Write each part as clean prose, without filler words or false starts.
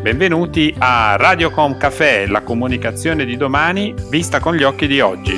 Benvenuti a Radiocom Café, la comunicazione di domani vista con gli occhi di oggi.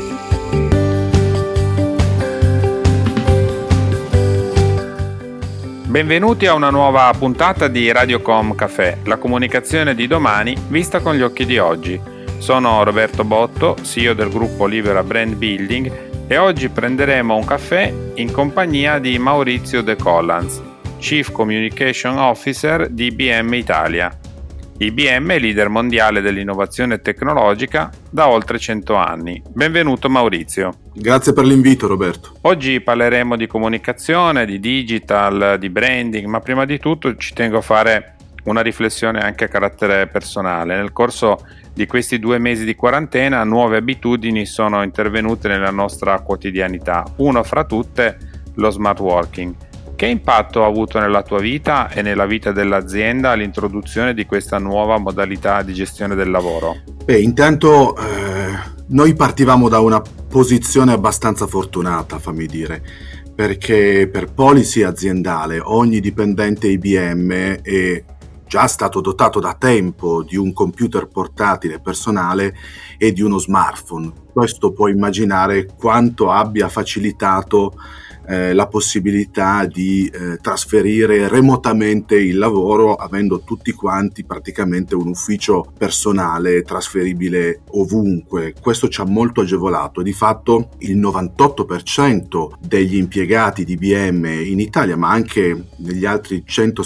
Benvenuti a una nuova puntata di Radiocom Café, la comunicazione di domani vista con gli occhi di oggi. Sono Roberto Botto, CEO del gruppo Libera Brand Building, e oggi prenderemo un caffè in compagnia di Maurizio De Collans, Chief Communication Officer di IBM Italia. IBM è leader mondiale dell'innovazione tecnologica da oltre 100 anni. Benvenuto Maurizio. Grazie per l'invito, Roberto. Oggi parleremo di comunicazione, di digital, di branding, ma prima di tutto ci tengo a fare una riflessione anche a carattere personale. Nel corso di questi 2 mesi di quarantena nuove abitudini sono intervenute nella nostra quotidianità, uno fra tutte lo smart working. Che impatto ha avuto nella tua vita e nella vita dell'azienda l'introduzione di questa nuova modalità di gestione del lavoro? Intanto noi partivamo da una posizione abbastanza fortunata, fammi dire, perché per policy aziendale ogni dipendente IBM è già stato dotato da tempo di un computer portatile personale e di uno smartphone. Questo puoi immaginare quanto abbia facilitato la possibilità di trasferire remotamente il lavoro, avendo tutti quanti praticamente un ufficio personale trasferibile ovunque. Questo ci ha molto agevolato e di fatto il 98% degli impiegati di IBM in Italia, ma anche negli altri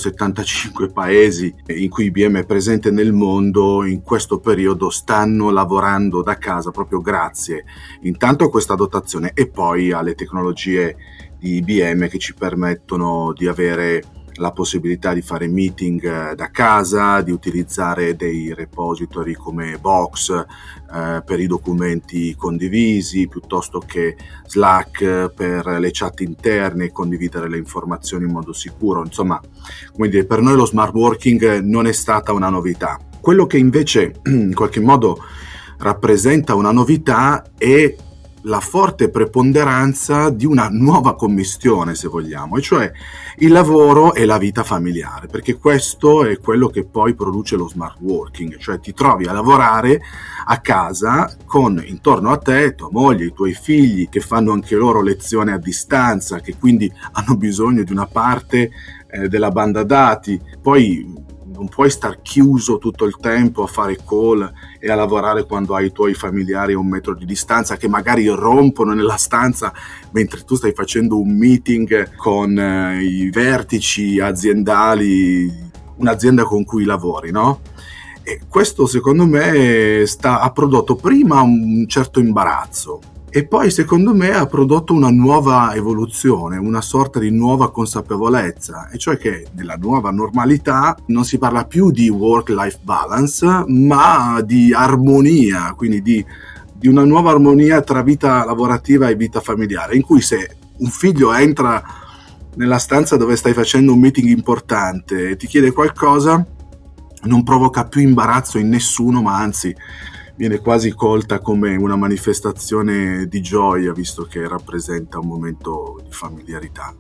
175 paesi in cui IBM è presente nel mondo, in questo periodo stanno lavorando da casa proprio grazie intanto a questa dotazione e poi alle tecnologie di IBM che ci permettono di avere la possibilità di fare meeting da casa, di utilizzare dei repository come Box per i documenti condivisi, piuttosto che Slack per le chat interne e condividere le informazioni in modo sicuro. Insomma, come dire, per noi lo smart working non è stata una novità. Quello che invece in qualche modo rappresenta una novità è la forte preponderanza di una nuova commistione, se vogliamo, e cioè il lavoro e la vita familiare, perché questo è quello che poi produce lo smart working, cioè ti trovi a lavorare a casa con intorno a te tua moglie, i tuoi figli che fanno anche loro lezione a distanza, che quindi hanno bisogno di una parte della banda dati, poi non puoi star chiuso tutto il tempo a fare call e a lavorare quando hai i tuoi familiari a 1 metro di distanza che magari rompono nella stanza mentre tu stai facendo un meeting con i vertici aziendali, un'azienda con cui lavori, no? E questo secondo me ha prodotto prima un certo imbarazzo e poi secondo me ha prodotto una nuova evoluzione, una sorta di nuova consapevolezza, e cioè che nella nuova normalità non si parla più di work-life balance, ma di armonia, quindi di una nuova armonia tra vita lavorativa e vita familiare, in cui se un figlio entra nella stanza dove stai facendo un meeting importante e ti chiede qualcosa, non provoca più imbarazzo in nessuno, ma anzi viene quasi colta come una manifestazione di gioia, visto che rappresenta un momento di familiarità.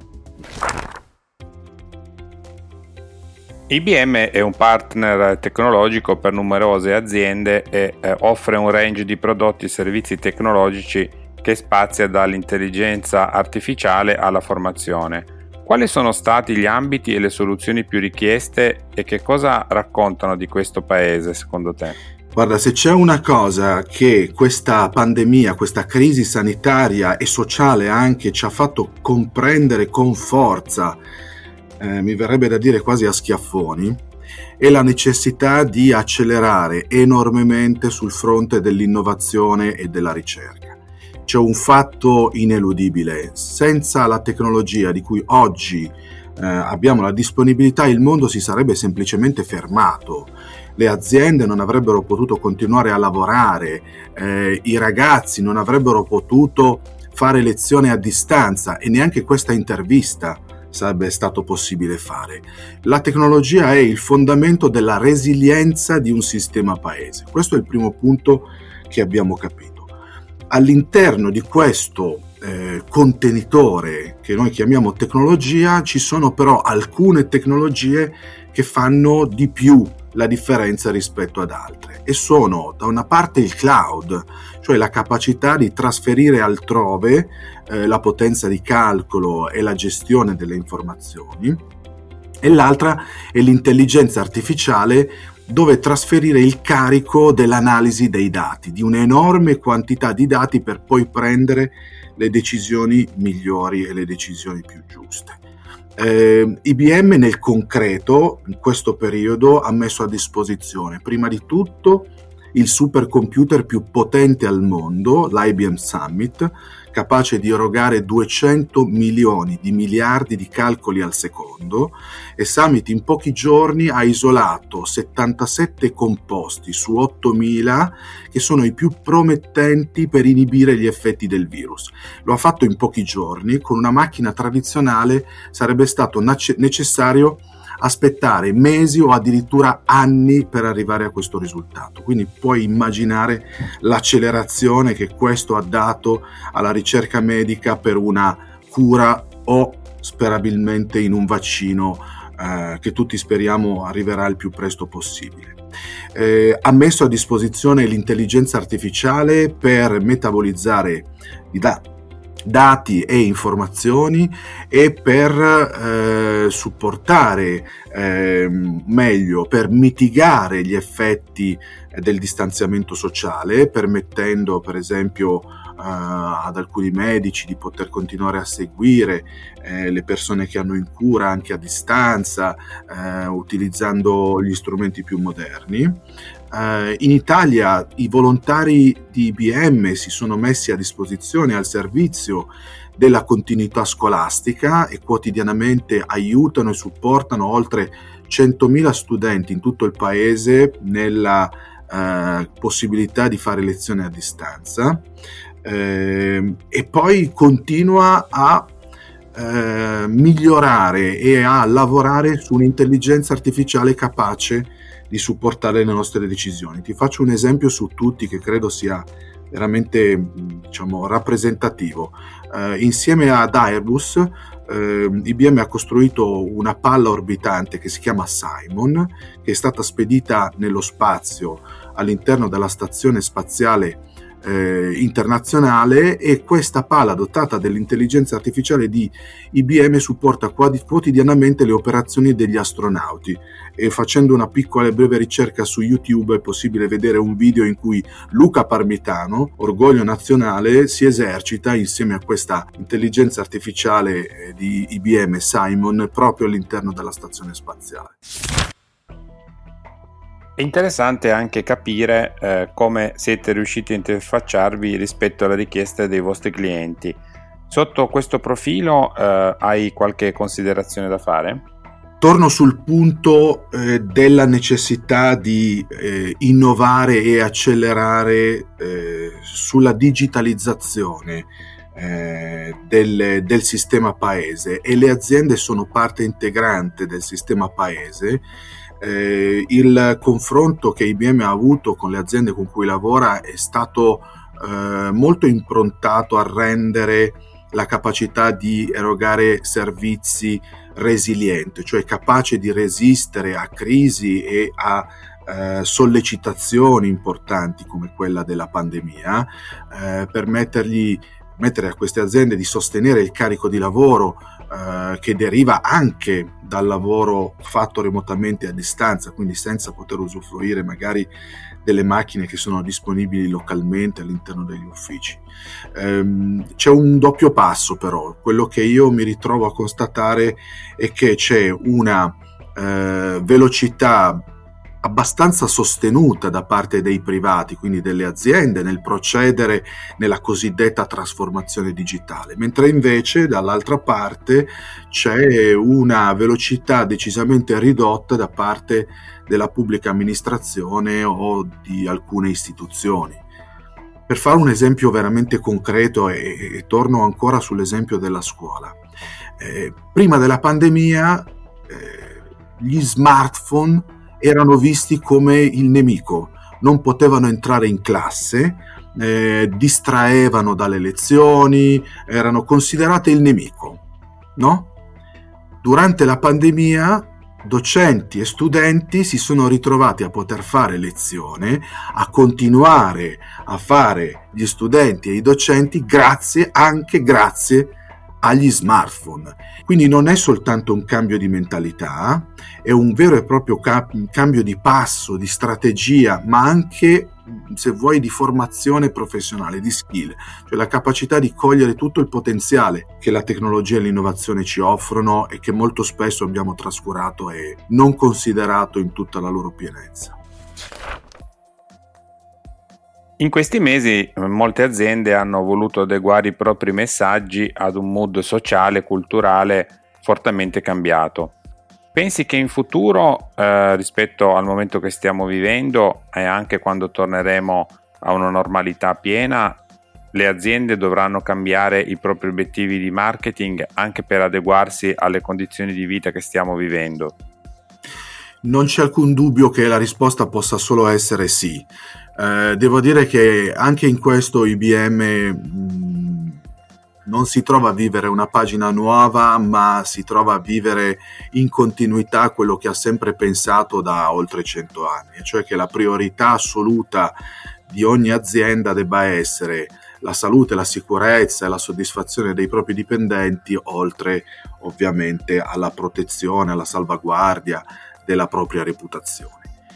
IBM è un partner tecnologico per numerose aziende e offre un range di prodotti e servizi tecnologici che spazia dall'intelligenza artificiale alla formazione. Quali sono stati gli ambiti e le soluzioni più richieste e che cosa raccontano di questo paese secondo te? Guarda, se c'è una cosa che questa pandemia, questa crisi sanitaria e sociale anche ci ha fatto comprendere con forza, mi verrebbe da dire quasi a schiaffoni, è la necessità di accelerare enormemente sul fronte dell'innovazione e della ricerca. C'è un fatto ineludibile: senza la tecnologia di cui oggi abbiamo la disponibilità, il mondo si sarebbe semplicemente fermato. Le aziende non avrebbero potuto continuare a lavorare, i ragazzi non avrebbero potuto fare lezione a distanza e neanche questa intervista sarebbe stato possibile fare. La tecnologia è il fondamento della resilienza di un sistema paese. Questo è il primo punto che abbiamo capito. All'interno di questo contenitore che noi chiamiamo tecnologia ci sono però alcune tecnologie che fanno di più la differenza rispetto ad altre, e sono da una parte il cloud, cioè la capacità di trasferire altrove la potenza di calcolo e la gestione delle informazioni, e l'altra è l'intelligenza artificiale, dove trasferire il carico dell'analisi dei dati, di un'enorme quantità di dati, per poi prendere le decisioni migliori e le decisioni più giuste. IBM nel concreto in questo periodo ha messo a disposizione prima di tutto il supercomputer più potente al mondo, l'IBM Summit, capace di erogare 200 milioni di miliardi di calcoli al secondo, e Summit in pochi giorni ha isolato 77 composti su 8000 che sono i più promettenti per inibire gli effetti del virus. Lo ha fatto in pochi giorni. Con una macchina tradizionale sarebbe stato necessario aspettare mesi o addirittura anni per arrivare a questo risultato. Quindi puoi immaginare l'accelerazione che questo ha dato alla ricerca medica per una cura o sperabilmente in un vaccino che tutti speriamo arriverà il più presto possibile. Ha messo a disposizione l'intelligenza artificiale per metabolizzare i dati e informazioni e per supportare meglio, per mitigare gli effetti del distanziamento sociale, permettendo per esempio ad alcuni medici di poter continuare a seguire le persone che hanno in cura anche a distanza, utilizzando gli strumenti più moderni. In Italia i volontari di IBM si sono messi a disposizione al servizio della continuità scolastica e quotidianamente aiutano e supportano oltre 100.000 studenti in tutto il paese nella possibilità di fare lezioni a distanza, e poi continua a migliorare e a lavorare su un'intelligenza artificiale capace di supportare le nostre decisioni. Ti faccio un esempio su tutti che credo sia veramente rappresentativo. Insieme ad Airbus IBM ha costruito una palla orbitante che si chiama Simon, che è stata spedita nello spazio all'interno della stazione spaziale internazionale, e questa pala dotata dell'intelligenza artificiale di IBM supporta quotidianamente le operazioni degli astronauti, e facendo una piccola e breve ricerca su YouTube è possibile vedere un video in cui Luca Parmitano, orgoglio nazionale, si esercita insieme a questa intelligenza artificiale di IBM Simon proprio all'interno della stazione spaziale. È interessante anche capire come siete riusciti a interfacciarvi rispetto alle richieste dei vostri clienti. Sotto questo profilo hai qualche considerazione da fare? Torno sul punto della necessità di innovare e accelerare sulla digitalizzazione del sistema paese, e le aziende sono parte integrante del sistema paese. Il confronto che IBM ha avuto con le aziende con cui lavora è stato molto improntato a rendere la capacità di erogare servizi resiliente, cioè capace di resistere a crisi e a sollecitazioni importanti come quella della pandemia, permettere a queste aziende di sostenere il carico di lavoro che deriva anche dal lavoro fatto remotamente a distanza, quindi senza poter usufruire magari delle macchine che sono disponibili localmente all'interno degli uffici. C'è un doppio passo però. Quello che io mi ritrovo a constatare è che c'è una velocità abbastanza sostenuta da parte dei privati, quindi delle aziende, nel procedere nella cosiddetta trasformazione digitale, mentre invece dall'altra parte c'è una velocità decisamente ridotta da parte della pubblica amministrazione o di alcune istituzioni. Per fare un esempio veramente concreto, e torno ancora sull'esempio della scuola, prima della pandemia gli smartphone erano visti come il nemico, non potevano entrare in classe, distraevano dalle lezioni, erano considerate il nemico, no? Durante la pandemia docenti e studenti si sono ritrovati a poter fare lezione, a continuare a fare gli studenti e i docenti anche grazie agli smartphone. Quindi non è soltanto un cambio di mentalità, è un vero e proprio cambio di passo, di strategia, ma anche, se vuoi, di formazione professionale, di skill, cioè la capacità di cogliere tutto il potenziale che la tecnologia e l'innovazione ci offrono e che molto spesso abbiamo trascurato e non considerato in tutta la loro pienezza. In questi mesi molte aziende hanno voluto adeguare i propri messaggi ad un mood sociale e culturale fortemente cambiato. Pensi che in futuro, rispetto al momento che stiamo vivendo e anche quando torneremo a una normalità piena, le aziende dovranno cambiare i propri obiettivi di marketing anche per adeguarsi alle condizioni di vita che stiamo vivendo? Non c'è alcun dubbio che la risposta possa solo essere sì. Devo dire che anche in questo IBM non si trova a vivere una pagina nuova, ma si trova a vivere in continuità quello che ha sempre pensato da oltre 100 anni, cioè che la priorità assoluta di ogni azienda debba essere la salute, la sicurezza e la soddisfazione dei propri dipendenti, oltre ovviamente alla protezione, alla salvaguardia della propria reputazione.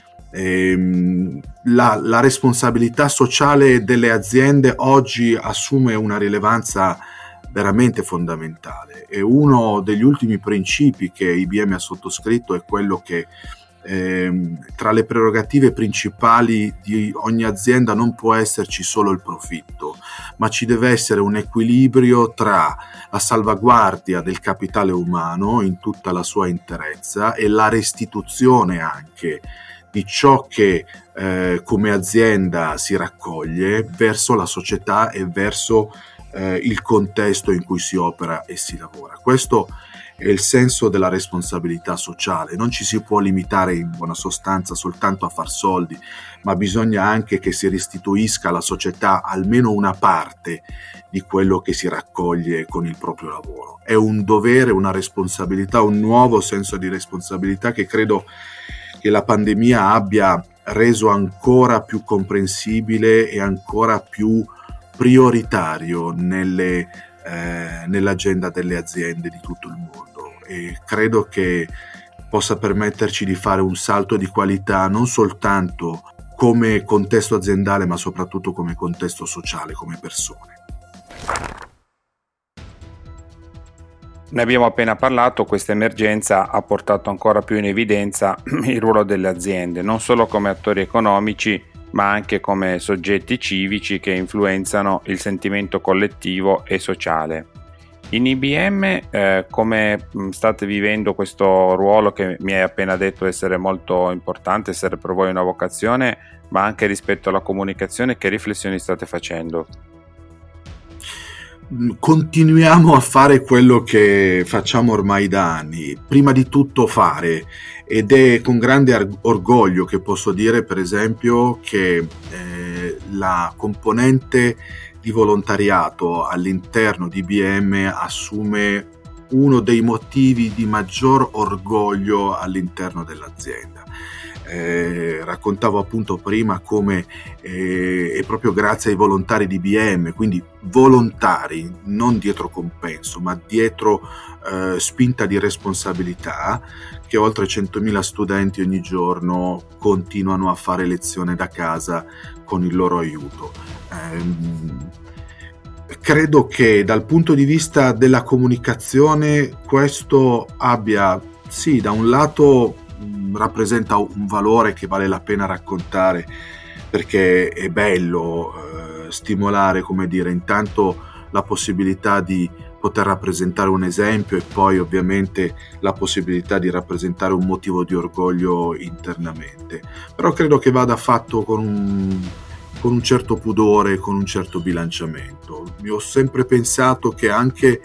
La responsabilità sociale delle aziende oggi assume una rilevanza veramente fondamentale e uno degli ultimi principi che IBM ha sottoscritto è quello che tra le prerogative principali di ogni azienda non può esserci solo il profitto, ma ci deve essere un equilibrio tra la salvaguardia del capitale umano in tutta la sua interezza e la restituzione anche di ciò che come azienda si raccoglie verso la società e verso il contesto in cui si opera e si lavora. Questo è il senso della responsabilità sociale. Non ci si può limitare in buona sostanza soltanto a far soldi, ma bisogna anche che si restituisca alla società almeno una parte di quello che si raccoglie con il proprio lavoro. È un dovere, una responsabilità, un nuovo senso di responsabilità che credo che la pandemia abbia reso ancora più comprensibile e ancora più prioritario nell'agenda delle aziende di tutto il mondo, e credo che possa permetterci di fare un salto di qualità non soltanto come contesto aziendale, ma soprattutto come contesto sociale, come persone. Ne abbiamo appena parlato, questa emergenza ha portato ancora più in evidenza il ruolo delle aziende, non solo come attori economici, ma anche come soggetti civici che influenzano il sentimento collettivo e sociale. In IBM, come state vivendo questo ruolo che mi hai appena detto essere molto importante, essere per voi una vocazione, ma anche rispetto alla comunicazione, che riflessioni state facendo? Continuiamo a fare quello che facciamo ormai da anni, prima di tutto fare, ed è con grande orgoglio che posso dire, per esempio, che la componente di volontariato all'interno di IBM assume uno dei motivi di maggior orgoglio all'interno dell'azienda. Raccontavo appunto prima come è proprio grazie ai volontari di IBM, quindi volontari, non dietro compenso, ma dietro spinta di responsabilità, che oltre 100.000 studenti ogni giorno continuano a fare lezione da casa con il loro aiuto. Credo che dal punto di vista della comunicazione questo abbia, sì, da un lato rappresenta un valore che vale la pena raccontare, perché è bello stimolare, come dire, intanto la possibilità di poter rappresentare un esempio e poi ovviamente la possibilità di rappresentare un motivo di orgoglio internamente, però credo che vada fatto con un certo pudore, con un certo bilanciamento. Io ho sempre pensato che anche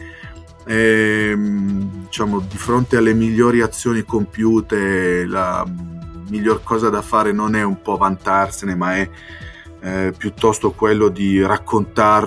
diciamo, di fronte alle migliori azioni compiute, la miglior cosa da fare non è un po' vantarsene, ma è piuttosto quello di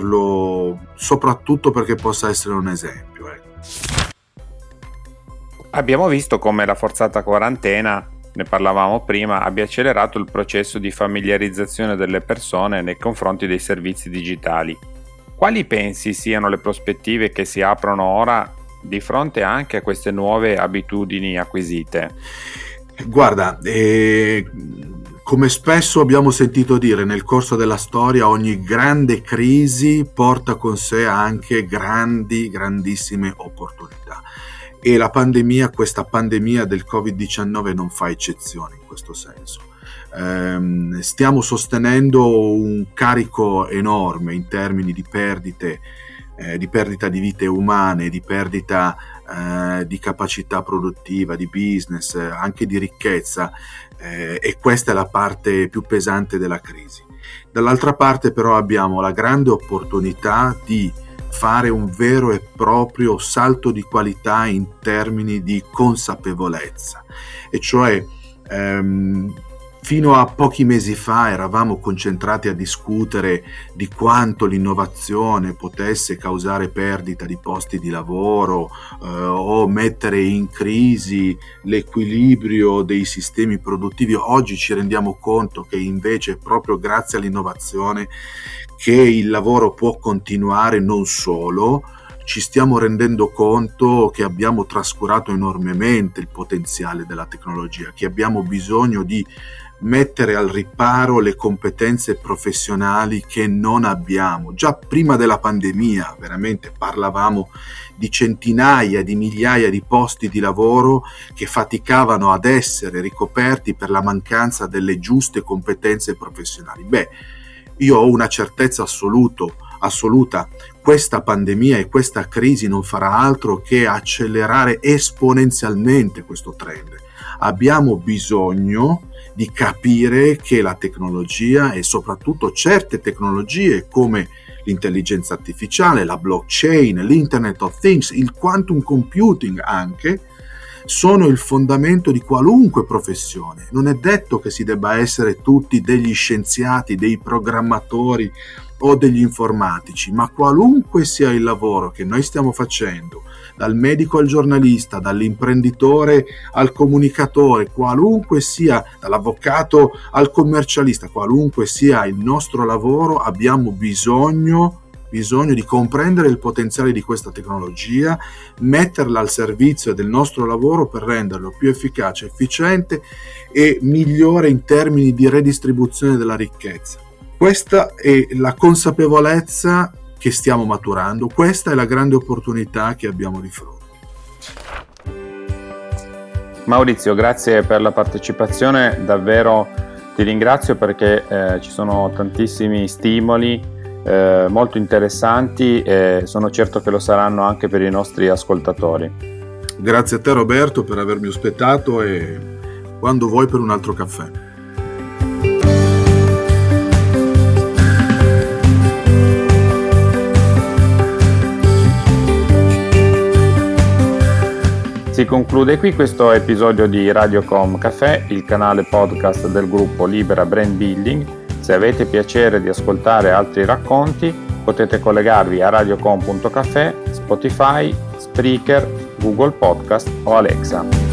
raccontarlo, soprattutto perché possa essere un esempio. Abbiamo visto come la forzata quarantena, ne parlavamo prima, abbia accelerato il processo di familiarizzazione delle persone nei confronti dei servizi digitali. Quali pensi siano le prospettive che si aprono ora di fronte anche a queste nuove abitudini acquisite? Guarda, come spesso abbiamo sentito dire nel corso della storia, ogni grande crisi porta con sé anche grandissime opportunità. E questa pandemia del Covid-19 non fa eccezione in questo senso. Stiamo sostenendo un carico enorme in termini di perdita di vite umane, di perdita di capacità produttiva, di business, anche di ricchezza, e questa è la parte più pesante della crisi. Dall'altra parte però abbiamo la grande opportunità di fare un vero e proprio salto di qualità in termini di consapevolezza, e cioè fino a pochi mesi fa eravamo concentrati a discutere di quanto l'innovazione potesse causare perdita di posti di lavoro o mettere in crisi l'equilibrio dei sistemi produttivi. Oggi ci rendiamo conto che invece è proprio grazie all'innovazione che il lavoro può continuare. Non solo, ci stiamo rendendo conto che abbiamo trascurato enormemente il potenziale della tecnologia, che abbiamo bisogno di mettere al riparo le competenze professionali che non abbiamo. Già prima della pandemia veramente parlavamo di centinaia di migliaia di posti di lavoro che faticavano ad essere ricoperti per la mancanza delle giuste competenze professionali. Io ho una certezza assoluta, questa pandemia e questa crisi non farà altro che accelerare esponenzialmente questo trend. Abbiamo bisogno di capire che la tecnologia, e soprattutto certe tecnologie come l'intelligenza artificiale, la blockchain, l'Internet of Things, il quantum computing anche, sono il fondamento di qualunque professione. Non è detto che si debba essere tutti degli scienziati, dei programmatori o degli informatici, ma qualunque sia il lavoro che noi stiamo facendo, dal medico al giornalista, dall'imprenditore al comunicatore, qualunque sia, dall'avvocato al commercialista, qualunque sia il nostro lavoro, abbiamo bisogno di comprendere il potenziale di questa tecnologia, metterla al servizio del nostro lavoro per renderlo più efficace, efficiente e migliore in termini di redistribuzione della ricchezza. Questa è la consapevolezza che stiamo maturando, questa è la grande opportunità che abbiamo di fronte. Maurizio, grazie per la partecipazione, davvero ti ringrazio perché ci sono tantissimi stimoli molto interessanti e sono certo che lo saranno anche per i nostri ascoltatori. Grazie a te Roberto per avermi ospitato e quando vuoi per un altro caffè. Si conclude qui questo episodio di Radiocom Café, il canale podcast del gruppo Libera Brand Building. Se avete piacere di ascoltare altri racconti, potete collegarvi a radiocom.café, Spotify, Spreaker, Google Podcast o Alexa.